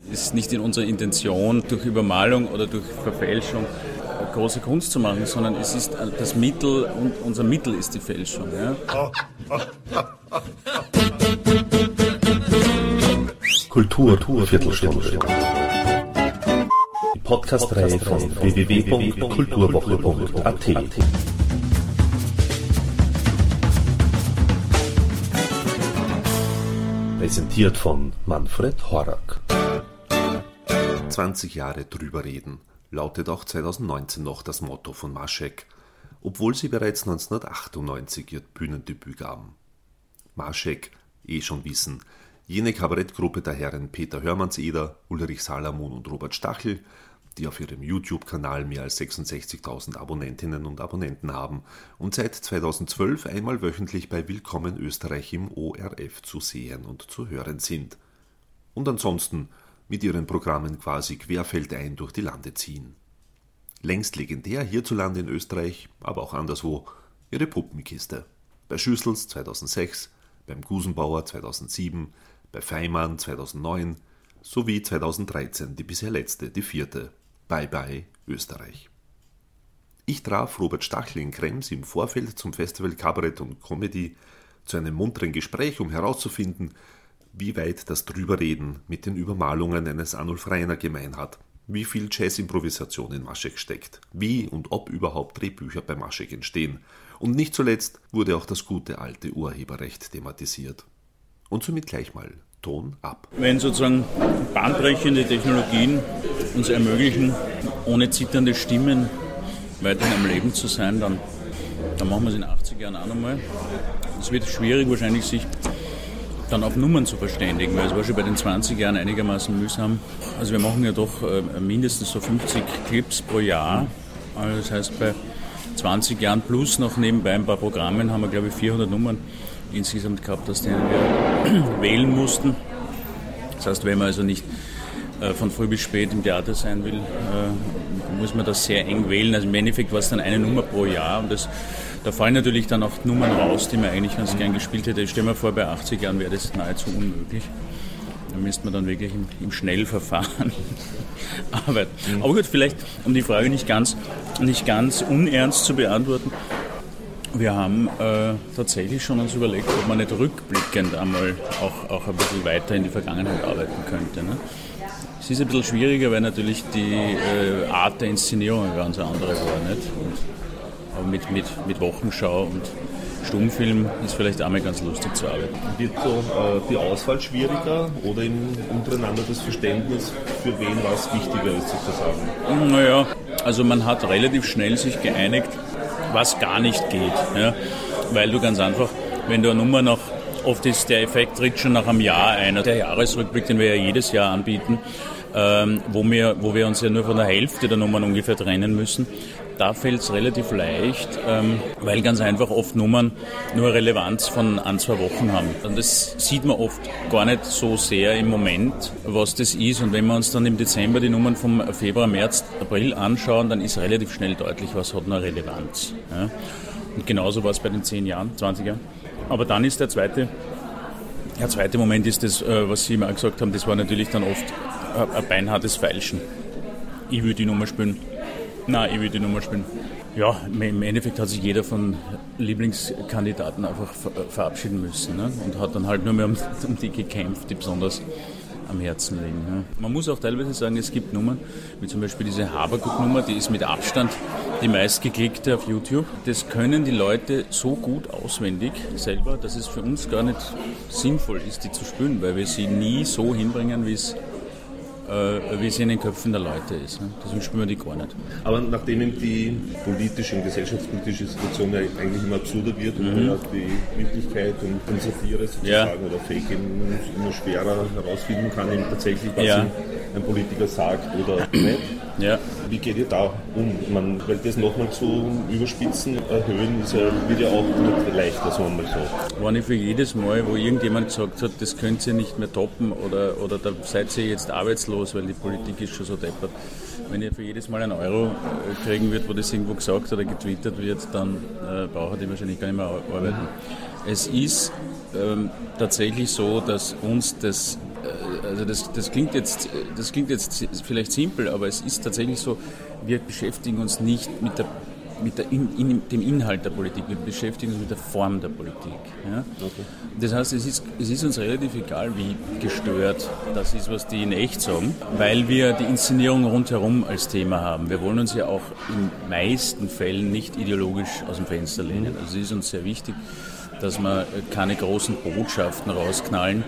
Es ist nicht in unserer Intention, durch Übermalung oder durch Verfälschung große Kunst zu machen, sondern es ist das Mittel und unser Mittel ist die Fälschung. Ja? Kultur-Viertelstunde. Die Podcast-Reihe von www.kulturwoche.at. Präsentiert von Manfred Horak. 20 Jahre drüber reden, lautet auch 2019 noch das Motto von Maschek, obwohl sie bereits 1998 ihr Bühnendebüt gaben. Maschek, schon wissen, jene Kabarettgruppe der Herren Peter Hörmannseder, Ulrich Salamun und Robert Stachel, die auf ihrem YouTube-Kanal mehr als 66.000 Abonnentinnen und Abonnenten haben und seit 2012 einmal wöchentlich bei Willkommen Österreich im ORF zu sehen und zu hören sind. Und ansonsten mit ihren Programmen quasi querfeldein durch die Lande ziehen. Längst legendär hierzulande in Österreich, aber auch anderswo, ihre Puppenkiste. Bei Schüssels 2006, beim Gusenbauer 2007, bei Feimann 2009, sowie 2013 die bisher letzte, die vierte. Bye Bye Österreich. Ich traf Robert Stachel in Krems im Vorfeld zum Festival Kabarett und Comedy zu einem munteren Gespräch, um herauszufinden, wie weit das Drüberreden mit den Übermalungen eines Arnulf Rainer gemein hat, wie viel Jazz-Improvisation in Maschek steckt, wie und ob überhaupt Drehbücher bei Maschek entstehen. Und nicht zuletzt wurde auch das gute alte Urheberrecht thematisiert. Und somit gleich mal Ton ab. Wenn sozusagen bahnbrechende Technologien uns ermöglichen, ohne zitternde Stimmen weiterhin am Leben zu sein, dann machen wir es in 80 Jahren auch nochmal. Es wird schwierig wahrscheinlich, sich dann auf Nummern zu verständigen, weil es war schon bei den 20 Jahren einigermaßen mühsam. Also wir machen ja doch mindestens so 50 Clips pro Jahr. Also das heißt, bei 20 Jahren plus noch nebenbei ein paar Programmen haben wir, glaube ich, 400 Nummern insgesamt gehabt, aus denen wir wählen mussten. Das heißt, wenn man also nicht von früh bis spät im Theater sein will, muss man das sehr eng wählen. Also im Endeffekt war es dann eine Nummer pro Jahr und da fallen natürlich dann auch Nummern raus, die man eigentlich ganz gern gespielt hätte. Ich stelle mir vor, bei 80 Jahren wäre das nahezu unmöglich. Da müsste man dann wirklich im Schnellverfahren arbeiten. Aber gut, vielleicht, um die Frage nicht ganz unernst zu beantworten, wir haben tatsächlich schon uns überlegt, ob man nicht rückblickend einmal auch ein bisschen weiter in die Vergangenheit arbeiten könnte. Ne? Es ist ein bisschen schwieriger, weil natürlich die Art der Inszenierung eine ganz andere war. Nicht? Aber mit Wochenschau und Stummfilm ist vielleicht einmal ganz lustig zu arbeiten. Wird so die Auswahl schwieriger oder untereinander das Verständnis, für wen was wichtiger ist, sozusagen? Naja, also man hat relativ schnell sich geeinigt, was gar nicht geht. Ja? Weil du ganz einfach, wenn du eine Nummer noch, oft ist der Effekt tritt schon nach einem Jahr ein. Der Jahresrückblick, den wir ja jedes Jahr anbieten, wo wir uns ja nur von der Hälfte der Nummern ungefähr trennen müssen, da fällt es relativ leicht, weil ganz einfach oft Nummern nur Relevanz von 1-2 Wochen haben. Und das sieht man oft gar nicht so sehr im Moment, was das ist. Und wenn wir uns dann im Dezember die Nummern vom Februar, März, April anschauen, dann ist relativ schnell deutlich, was hat noch Relevanz. Ja? Und genauso war es bei den 10 Jahren, 20 Jahren. Aber dann ist der zweite Moment ist das, was Sie immer gesagt haben, das war natürlich dann oft ein beinhartes Feilschen. Ich will die Nummer spielen. Nein, ich will die Nummer spielen. Ja, im Endeffekt hat sich jeder von Lieblingskandidaten einfach verabschieden müssen, ne? Und hat dann halt nur mehr um die gekämpft, die besonders am Herzen liegen. Ne? Man muss auch teilweise sagen, es gibt Nummern, wie zum Beispiel diese Habergut-Nummer, die ist mit Abstand die meistgeklickte auf YouTube. Das können die Leute so gut auswendig selber, dass es für uns gar nicht sinnvoll ist, die zu spielen, weil wir sie nie so hinbringen, wie es in den Köpfen der Leute ist. Ne? Deswegen spüren wir die gar nicht. Aber nachdem eben die politische und gesellschaftspolitische Situation ja eigentlich immer absurder wird und ja die Wirklichkeit und Satire sozusagen oder Fake immer schwerer herausfinden kann, eben tatsächlich, was ein Politiker sagt oder nicht. Ja. Wie geht ihr da um? Weil das nochmal zu überspitzen, erhöhen, wird ja auch nicht leichter, sagen wir mal so. Wenn ich für jedes Mal, wo irgendjemand gesagt hat, das könnt ihr nicht mehr toppen oder da seid ihr jetzt arbeitslos, weil die Politik ist schon so deppert. Wenn ihr für jedes Mal einen Euro kriegen wird, wo das irgendwo gesagt oder getwittert wird, dann braucht ihr wahrscheinlich gar nicht mehr arbeiten. Es ist tatsächlich so, dass uns das also das klingt jetzt vielleicht simpel, aber es ist tatsächlich so, wir beschäftigen uns nicht mit dem Inhalt der Politik, wir beschäftigen uns mit der Form der Politik. Ja? Okay. Das heißt, es ist uns relativ egal, wie gestört das ist, was die in echt sagen, weil wir die Inszenierung rundherum als Thema haben. Wir wollen uns ja auch in meisten Fällen nicht ideologisch aus dem Fenster lehnen. Also es ist uns sehr wichtig, dass wir keine großen Botschaften rausknallen,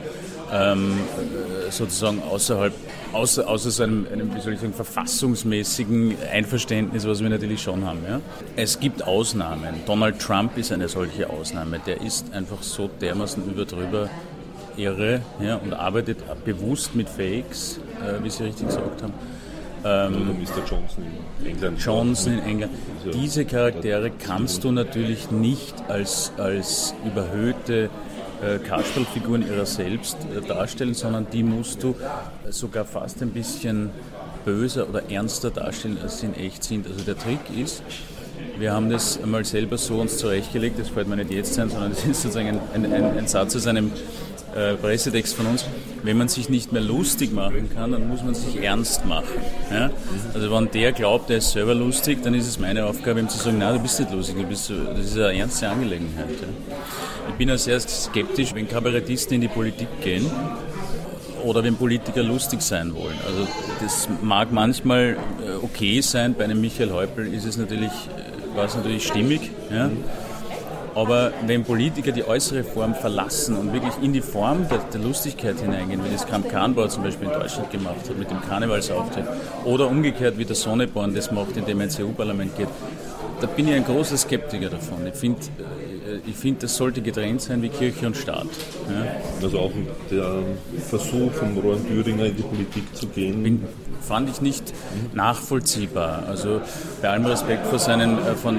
sozusagen außer so einem, wie soll ich sagen, verfassungsmäßigen Einverständnis, was wir natürlich schon haben. Ja? Es gibt Ausnahmen. Donald Trump ist eine solche Ausnahme. Der ist einfach so dermaßen drüber irre, ja, und arbeitet bewusst mit Fakes, wie Sie richtig gesagt haben. Mr. Johnson in England. Diese Charaktere kannst du natürlich nicht als überhöhte Kasperlfiguren ihrer selbst darstellen, sondern die musst du sogar fast ein bisschen böser oder ernster darstellen, als sie in echt sind. Also der Trick ist, wir haben das einmal selber so uns zurechtgelegt, das fällt mir nicht jetzt ein, sondern das ist sozusagen ein Satz aus einem Pressetext von uns. Wenn man sich nicht mehr lustig machen kann, dann muss man sich ernst machen. Ja? Also wenn der glaubt, er ist selber lustig, dann ist es meine Aufgabe, ihm zu sagen, nein, du bist nicht lustig, das ist eine ernste Angelegenheit. Ja? Ich bin ja sehr skeptisch, wenn Kabarettisten in die Politik gehen oder wenn Politiker lustig sein wollen. Also das mag manchmal okay sein, bei einem Michael Häupl war es natürlich stimmig, ja? Aber wenn Politiker die äußere Form verlassen und wirklich in die Form der Lustigkeit hineingehen, wie das Kramp-Karrenbauer zum Beispiel in Deutschland gemacht hat mit dem Karnevalsauftritt, oder umgekehrt wie der Sonneborn das macht, indem er ins EU-Parlament geht, da bin ich ein großer Skeptiker davon. Ich finde, das sollte getrennt sein wie Kirche und Staat. Ja. Also auch der Versuch von Roland Thüringer in die Politik zu gehen? Fand ich nicht nachvollziehbar. Also bei allem Respekt vor seiner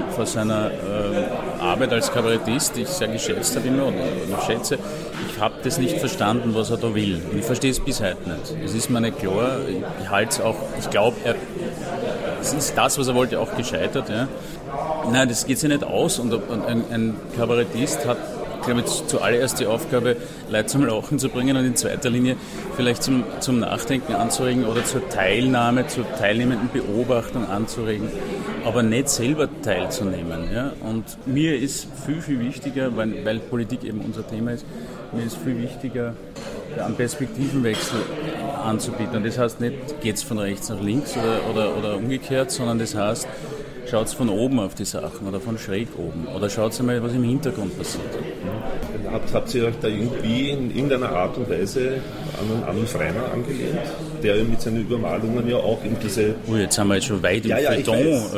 Arbeit als Kabarettist, die ich sehr geschätzt habe immer oder schätze, ich habe das nicht verstanden, was er da will. Und ich verstehe es bis heute nicht. Es ist mir nicht klar. Ich glaube, es ist das, was er wollte, auch gescheitert. Ja. Nein, das geht sich nicht aus. Und ein Kabarettist hat, glaube ich, zuallererst die Aufgabe, Leute zum Lachen zu bringen und in zweiter Linie vielleicht zum Nachdenken anzuregen oder zur Teilnahme, zur teilnehmenden Beobachtung anzuregen, aber nicht selber teilzunehmen. Ja? Und mir ist viel, viel wichtiger, weil Politik eben unser Thema ist, mir ist viel wichtiger, einen Perspektivenwechsel anzubieten. Und das heißt nicht, geht es von rechts nach links oder umgekehrt, sondern das heißt, schaut von oben auf die Sachen oder von schräg oben oder schaut mal, was im Hintergrund passiert. Habt ihr euch da irgendwie in irgendeiner Art und Weise an einen Freiner angelehnt, der mit seinen Übermalungen ja auch in diese... Jetzt sind wir schon weit im Feuilleton.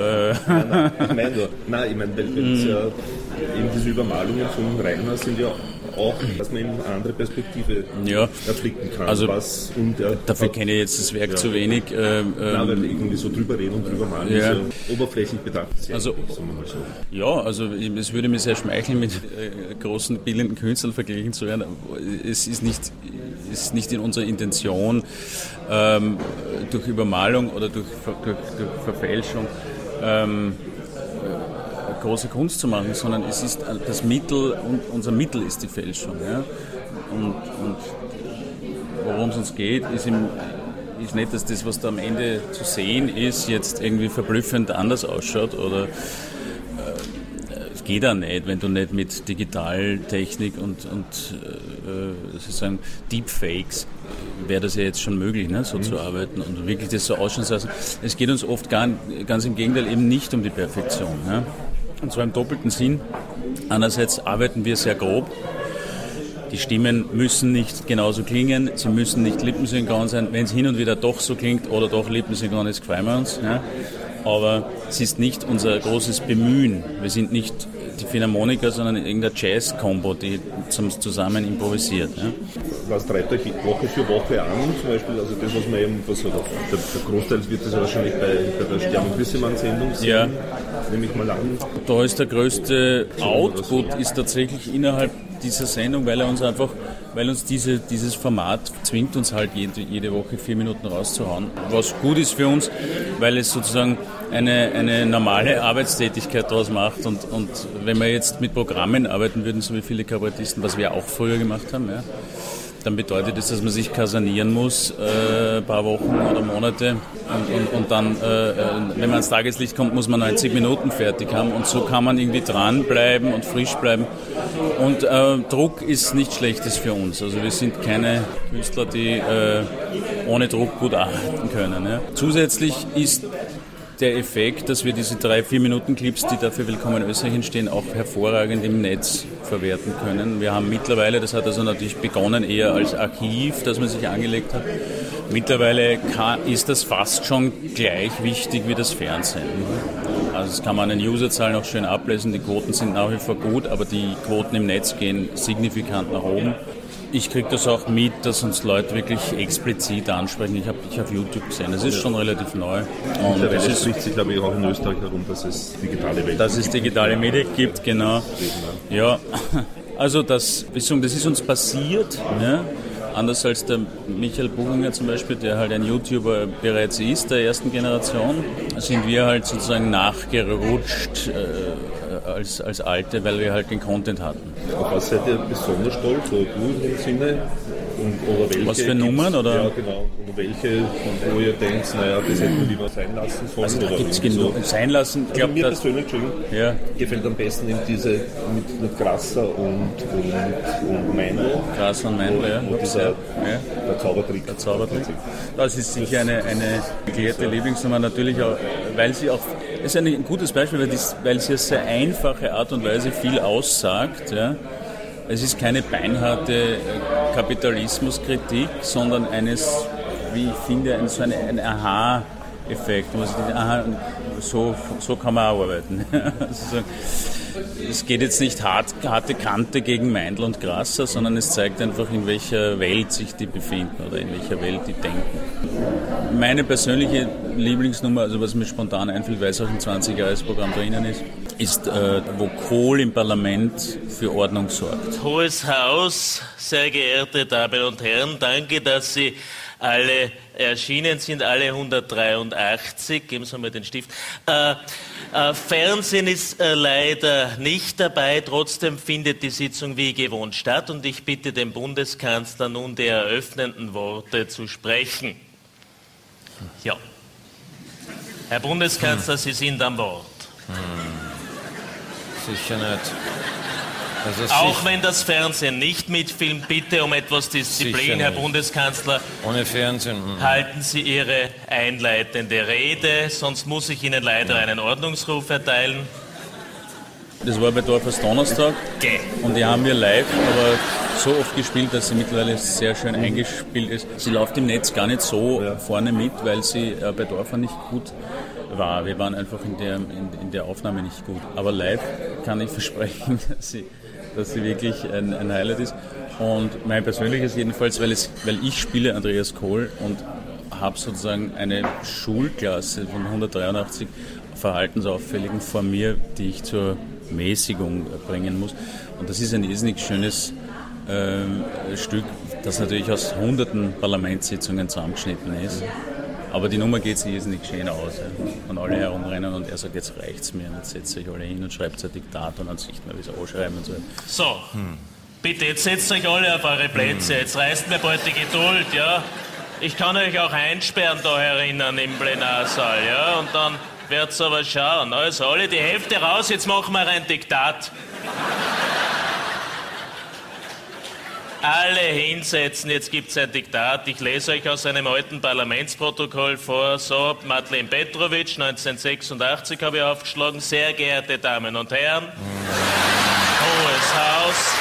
Ich meine, weil eben diese Übermalungen von Rainer sind ja auch, dass man ihm eine andere Perspektive erblicken kann. Also dafür kenne ich jetzt das Werk zu wenig. Weil irgendwie so drüber reden und drüber malen, ist ja oberflächlich bedacht. Also es würde mir sehr schmeicheln, mit großen bildenden Künstlern verglichen zu werden. Es ist nicht in unserer Intention, durch Übermalung oder durch Verfälschung große Kunst zu machen, sondern es ist das Mittel und unser Mittel ist die Fälschung. Ja? Und worum es uns geht, ist nicht, dass das, was da am Ende zu sehen ist, jetzt irgendwie verblüffend anders ausschaut oder es geht auch nicht, wenn du nicht mit Digitaltechnik und sozusagen Deepfakes wäre das ja jetzt schon möglich, ne, so zu arbeiten und wirklich das so ausschauen zu lassen. Es geht uns oft ganz im Gegenteil eben nicht um die Perfektion. Ja? Und zwar im doppelten Sinn. Einerseits arbeiten wir sehr grob. Die Stimmen müssen nicht genauso klingen, sie müssen nicht lippensynchron sein. Wenn es hin und wieder doch so klingt oder doch lippensynchron ist, freuen wir uns. Ja? Aber es ist nicht unser großes Bemühen. Wir sind nicht die Philharmoniker, sondern irgendein Jazz-Kombo, die zusammen improvisiert. Ja? Was treibt euch Woche für Woche an? Zum Beispiel, also das, was man eben, der Großteil wird das ja wahrscheinlich bei der Stern-und-Wissemann-Sendung sehen, nehme ich mal an. Da ist der größte Output ist tatsächlich innerhalb dieser Sendung, weil uns dieses Format zwingt, uns halt jede Woche 4 Minuten rauszuhauen. Was gut ist für uns, weil es sozusagen eine normale Arbeitstätigkeit daraus macht und wenn wir jetzt mit Programmen arbeiten würden, so wie viele Kabarettisten, was wir auch früher gemacht haben, ja, dann bedeutet das, dass man sich kasernieren muss, ein paar Wochen oder Monate. Und dann, wenn man ans Tageslicht kommt, muss man 90 Minuten fertig haben. Und so kann man irgendwie dranbleiben und frisch bleiben. Und Druck ist nichts Schlechtes für uns. Also wir sind keine Künstler, die ohne Druck gut arbeiten können. Ja. Zusätzlich ist der Effekt, dass wir diese 3-4 Minuten Clips, die dafür Willkommen in Österreich entstehen, auch hervorragend im Netz verwerten können. Wir haben mittlerweile, das hat also natürlich begonnen eher als Archiv, das man sich angelegt hat. Mittlerweile ist das fast schon gleich wichtig wie das Fernsehen. Also das kann man an den Userzahlen auch schön ablesen. Die Quoten sind nach wie vor gut, aber die Quoten im Netz gehen signifikant nach oben. Ich kriege das auch mit, dass uns Leute wirklich explizit ansprechen. Ich hab YouTube gesehen, das ist schon relativ neu. Und das spricht sich, glaube ich, auch in Österreich herum, dass es digitale Welt gibt. Dass es digitale Medien gibt, genau. Ja, also das ist uns passiert, ja. Anders als der Michael Buchinger zum Beispiel, der halt ein YouTuber bereits ist, der ersten Generation, sind wir halt sozusagen nachgerutscht als Alte, weil wir halt den Content hatten. Auf was seid ihr besonders stolz, oder du in dem Sinne? Oder welche was für Nummern? Oder? Ja, genau. Und welche, wo ihr denkt, naja, das hätten wir lieber sein lassen sollen? Also da gibt es genug sein lassen. Ich glaube, mir persönlich, Entschuldigung, gefällt am besten eben diese mit Grasser und Meindl. Grasser und Meindl, ja. Und dieser, der Zaubertrick. Das ist sicher eine erklärte Lieblingsnummer, natürlich auch, weil sie auch, das ist ein gutes Beispiel, weil sie auf sehr einfache Art und Weise viel aussagt, ja. Es ist keine beinharte Kapitalismuskritik, sondern wie ich finde, ein Aha-Effekt. So kann man auch arbeiten. Also, es geht jetzt nicht harte Kante gegen Meindl und Grasser, sondern es zeigt einfach, in welcher Welt sich die befinden oder in welcher Welt die denken. Meine persönliche Lieblingsnummer, also was mir spontan einfällt, weil es auch im 20-Jahres-Programm drinnen ist, wo Kohl im Parlament für Ordnung sorgt. Hohes Haus, sehr geehrte Damen und Herren, danke, dass Sie alle erschienen sind, alle 183. Geben Sie mal den Stift. Fernsehen ist leider nicht dabei, trotzdem findet die Sitzung wie gewohnt statt und ich bitte den Bundeskanzler nun die eröffnenden Worte zu sprechen. Ja. Herr Bundeskanzler, Sie sind am Wort. Sicher nicht. Also auch wenn das Fernsehen nicht mitfilmt, bitte um etwas Disziplin, Herr Bundeskanzler. Ohne Fernsehen. Halten Sie Ihre einleitende Rede, sonst muss ich Ihnen leider einen Ordnungsruf erteilen. Das war bei Dorfers Donnerstag und die haben wir live, aber so oft gespielt, dass sie mittlerweile sehr schön eingespielt ist. Sie läuft im Netz gar nicht so vorne mit, weil sie bei Dorfer nicht gut war. Wir waren einfach in der Aufnahme nicht gut. Aber live kann ich versprechen, dass sie wirklich ein Highlight ist. Und mein persönliches jedenfalls, weil ich spiele Andreas Kohl und habe sozusagen eine Schulklasse von 183 Verhaltensauffälligen vor mir, die ich zur Mäßigung bringen muss. Und das ist ein irrsinnig schönes Stück, das natürlich aus hunderten Parlamentssitzungen zusammengeschnitten ist. Aber die Nummer geht sich irrsinnig schön aus. Ja. Und alle herumrennen und er sagt, jetzt reicht's mir. Und jetzt setzt euch alle hin und schreibt ein Diktat und dann sieht man, wie sie anschreiben und so. So, bitte, jetzt setzt euch alle auf eure Plätze. Jetzt reißt mir bald die Geduld, ja. Ich kann euch auch einsperren da herinnen im Plenarsaal, ja. Und dann wird's aber schauen. Also, alle die Hälfte raus, jetzt machen wir ein Diktat. Alle hinsetzen, jetzt gibt's ein Diktat. Ich lese euch aus einem alten Parlamentsprotokoll vor. So, Madeleine Petrovic, 1986 habe ich aufgeschlagen. Sehr geehrte Damen und Herren, Hohes Haus.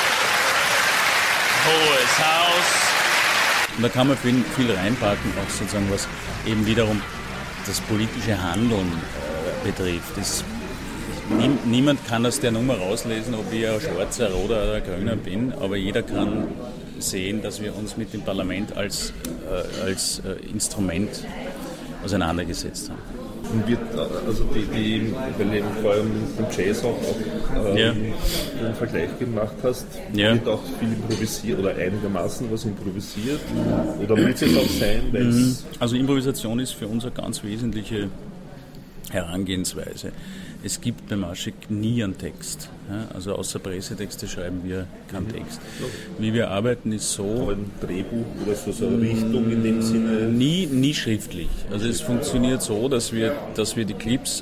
Und da kann man viel reinpacken, auch sozusagen, was eben wiederum das politische Handeln betrifft. Niemand kann aus der Nummer rauslesen, ob ich ein Schwarzer, Roter oder ein Grüner bin, aber jeder kann sehen, dass wir uns mit dem Parlament als Instrument auseinandergesetzt haben. Und wird, also weil du vorher mit dem Jazz auch einen Vergleich gemacht hast, wird auch viel improvisiert oder einigermaßen was improvisiert? Oder muss es auch sein? Also Improvisation ist für uns eine ganz wesentliche Herangehensweise. Es gibt bei Maschek nie einen Text. Ja? Also außer Pressetexte schreiben wir keinen Text. Wie wir arbeiten ist so... Ein Drehbuch oder so eine Richtung in dem Sinne? Nie schriftlich. Also es funktioniert so, dass wir die Clips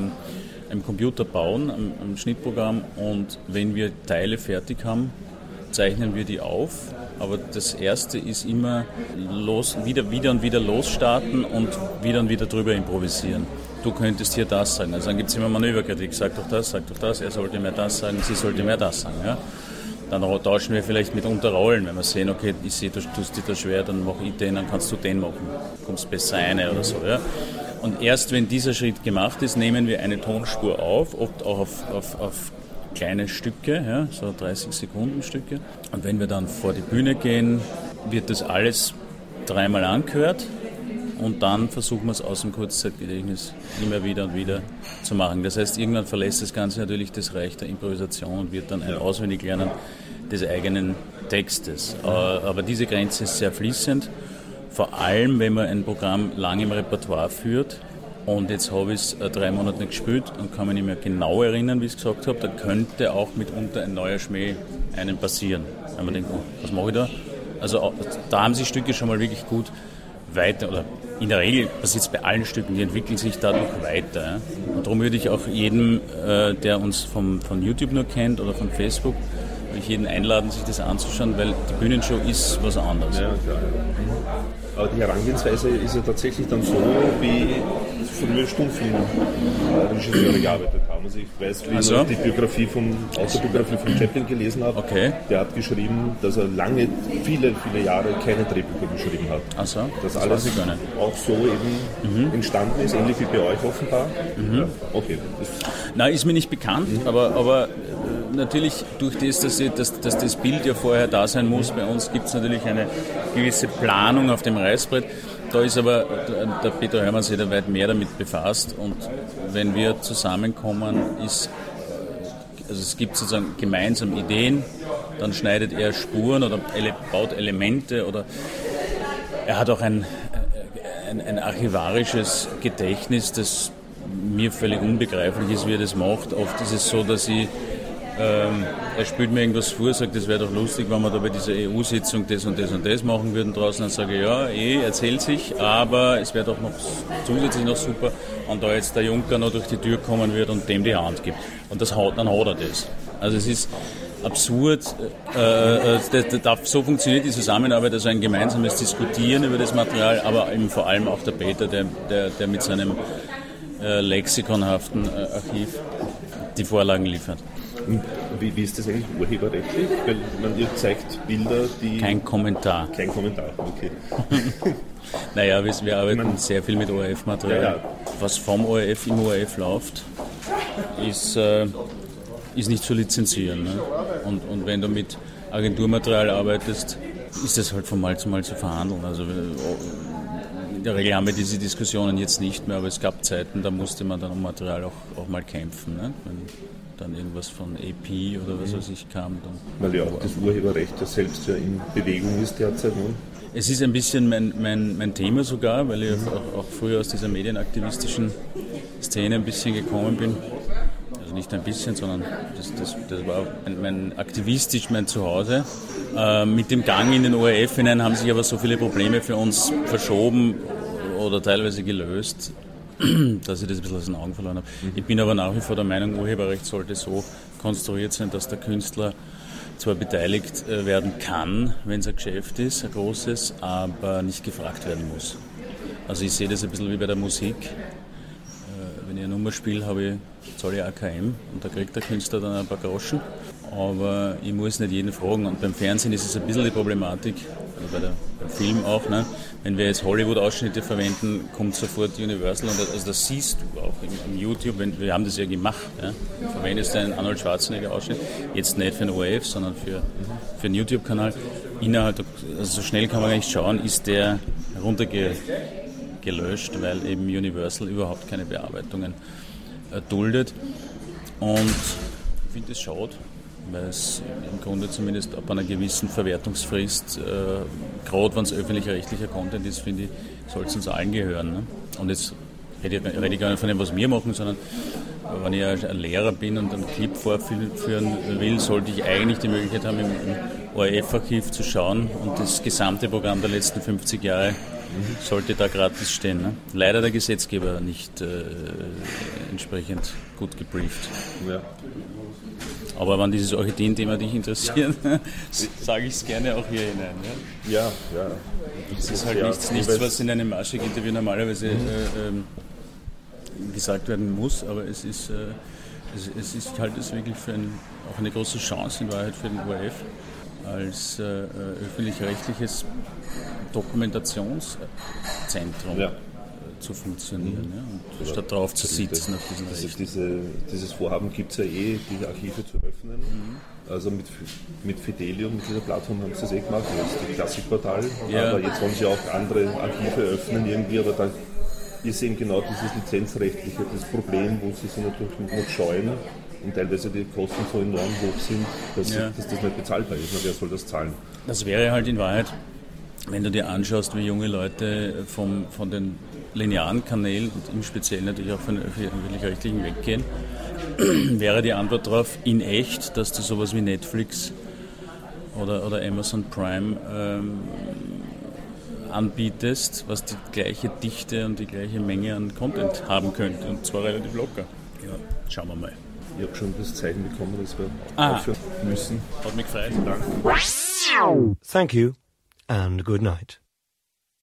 am Computer bauen, am Schnittprogramm, und wenn wir Teile fertig haben, zeichnen wir die auf. Aber das Erste ist immer wieder und wieder losstarten und wieder drüber improvisieren. Du könntest hier das sagen. Also dann gibt es immer Manöverkritik. Sag doch das, er sollte mehr das sagen, sie sollte mehr das sagen. Ja? Dann tauschen wir vielleicht mitunter Rollen, wenn wir sehen, okay, ich sehe, du tust dir das schwer, dann mache ich den, dann kannst du den machen. Kommst besser rein oder so. Ja? Und erst wenn dieser Schritt gemacht ist, nehmen wir eine Tonspur auf, oft auch auf kleine Stücke, ja, so 30-Sekunden-Stücke. Und wenn wir dann vor die Bühne gehen, wird das alles 3-mal angehört und dann versuchen wir es aus dem Kurzzeitgedächtnis immer wieder und wieder zu machen. Das heißt, irgendwann verlässt das Ganze natürlich das Reich der Improvisation und wird dann ein Auswendiglernen des eigenen Textes. Aber diese Grenze ist sehr fließend, vor allem wenn man ein Programm lang im Repertoire führt. Und jetzt habe ich es 3 Monate nicht gespielt und kann mich nicht mehr genau erinnern, wie ich es gesagt habe. Da könnte auch mitunter ein neuer Schmäh einem passieren. Wenn man denkt, oh, was mache ich da? Also da haben sich Stücke schon mal wirklich gut weiter, oder in der Regel passiert es bei allen Stücken, die entwickeln sich dadurch weiter. Ja? Und darum würde ich auch jedem, der uns von YouTube nur kennt oder von Facebook, würde ich jeden einladen, sich das anzuschauen, weil die Bühnenshow ist was anderes. Ja, klar. Aber die Herangehensweise ist ja tatsächlich dann so, wie früher Stummfilmregisseure gearbeitet haben. Also ich weiß, wie ich die Autobiografie von Chaplin gelesen habe. Okay. Der hat geschrieben, dass er viele Jahre keine Drehbücher geschrieben hat. Ach so, dass alles auch so eben entstanden ist, ähnlich wie bei euch offenbar. Ja, okay. Nein, ist mir nicht bekannt, aber natürlich durch das, dass das Bild ja vorher da sein muss, bei uns gibt es natürlich eine gewisse Planung auf dem Reißbrett. Da ist aber der Peter Hörmann sich da weit mehr damit befasst, und wenn wir zusammenkommen, also es gibt sozusagen gemeinsam Ideen, dann schneidet er Spuren oder baut Elemente, oder er hat auch ein archivarisches Gedächtnis, das mir völlig unbegreiflich ist, wie er das macht. Oft ist es so, dass er spielt mir irgendwas vor, sagt, das wäre doch lustig, wenn wir da bei dieser EU-Sitzung das und das und das machen würden draußen. Dann sage ich, ja, erzählt sich, aber es wäre doch noch zusätzlich noch super, wenn da jetzt der Juncker noch durch die Tür kommen wird und dem die Hand gibt. Und dann hat er das. Also es ist absurd. So funktioniert die Zusammenarbeit, also ein gemeinsames Diskutieren über das Material, aber eben vor allem auch der Peter, der mit seinem lexikonhaften Archiv die Vorlagen liefert. Und wie ist das eigentlich urheberrechtlich? Weil ihr zeigt Bilder, die... Kein Kommentar, okay. Naja, wir arbeiten sehr viel mit ORF-Material. Ja. Was vom ORF im ORF läuft, ist nicht zu lizenzieren. Ne? Und wenn du mit Agenturmaterial arbeitest, ist das halt von Mal zu Mal zu verhandeln. Also in der Regel haben wir diese Diskussionen jetzt nicht mehr, aber es gab Zeiten, da musste man dann um Material auch mal kämpfen. Ne? Wenn dann irgendwas von AP oder was weiß ich kam. Weil ja auch das Urheberrecht das selbst ja in Bewegung ist derzeit. Ne? Es ist ein bisschen mein Thema sogar, weil ich auch früher aus dieser medienaktivistischen Szene ein bisschen gekommen bin. Also nicht ein bisschen, sondern das war mein Zuhause. Mit dem Gang in den ORF hinein haben sich aber so viele Probleme für uns verschoben oder teilweise gelöst, dass ich das ein bisschen aus den Augen verloren habe. Ich bin aber nach wie vor der Meinung, Urheberrecht sollte so konstruiert sein, dass der Künstler zwar beteiligt werden kann, wenn es ein Geschäft ist, ein großes, aber nicht gefragt werden muss. Also ich sehe das ein bisschen wie bei der Musik. Wenn ich eine Nummer spiele, zahle ich AKM und da kriegt der Künstler dann ein paar Groschen. Aber ich muss nicht jeden fragen. Und beim Fernsehen ist es ein bisschen die Problematik, also beim Film auch, ne? Wenn wir jetzt Hollywood-Ausschnitte verwenden, kommt sofort Universal. Und also das siehst du auch im YouTube, wir haben das ja gemacht. Ja? Du verwendest einen Arnold Schwarzenegger-Ausschnitt, jetzt nicht für den ORF, sondern für einen YouTube-Kanal. Innerhalb, also so schnell kann man gar nicht schauen, ist der runtergelöscht, weil eben Universal überhaupt keine Bearbeitungen duldet. Und ich finde es schade, weil es im Grunde zumindest ab einer gewissen Verwertungsfrist, gerade wenn es öffentlich-rechtlicher Content ist, finde ich, soll es uns allen gehören. Ne? Und jetzt rede ich gar nicht von dem, was wir machen, sondern wenn ich ein Lehrer bin und einen Clip vorführen will, sollte ich eigentlich die Möglichkeit haben, im ORF-Archiv zu schauen und das gesamte Programm der letzten 50 Jahre sollte da gratis stehen. Ne? Leider der Gesetzgeber nicht entsprechend gut gebrieft. Ja. Aber wenn dieses Orchideen-Thema dich interessiert, sage ich es gerne auch hier hinein. Ja. Das ist halt nichts, was in einem Maschek-Interview normalerweise gesagt werden muss, aber es ist halt wirklich auch eine große Chance in Wahrheit für den ORF als öffentlich-rechtliches Dokumentationszentrum zu funktionieren und statt drauf zu sitzen auf diesen Rechten. Dieses Vorhaben gibt es ja die Archive zu öffnen. Also mit Fidelium, mit dieser Plattform haben sie das gemacht, das Klassikportal. Ja. Aber jetzt wollen sie auch andere Archive öffnen irgendwie, aber da ist eben genau dieses lizenzrechtliche das Problem, wo sie sich natürlich noch scheuen und teilweise die Kosten so enorm hoch sind, dass das nicht bezahlbar ist. Na, wer soll das zahlen? Das wäre halt in Wahrheit, wenn du dir anschaust, wie junge Leute von den linearen Kanälen und im Speziellen natürlich auch von den öffentlich-rechtlichen weggehen, wäre die Antwort darauf in echt, dass du sowas wie Netflix oder Amazon Prime anbietest, was die gleiche Dichte und die gleiche Menge an Content haben könnte, und zwar relativ locker. Ja, schauen wir mal. Ich habe schon das Zeichen bekommen, dass wir aufhören müssen. Hat mich gefreut. Danke. Thank you and good night.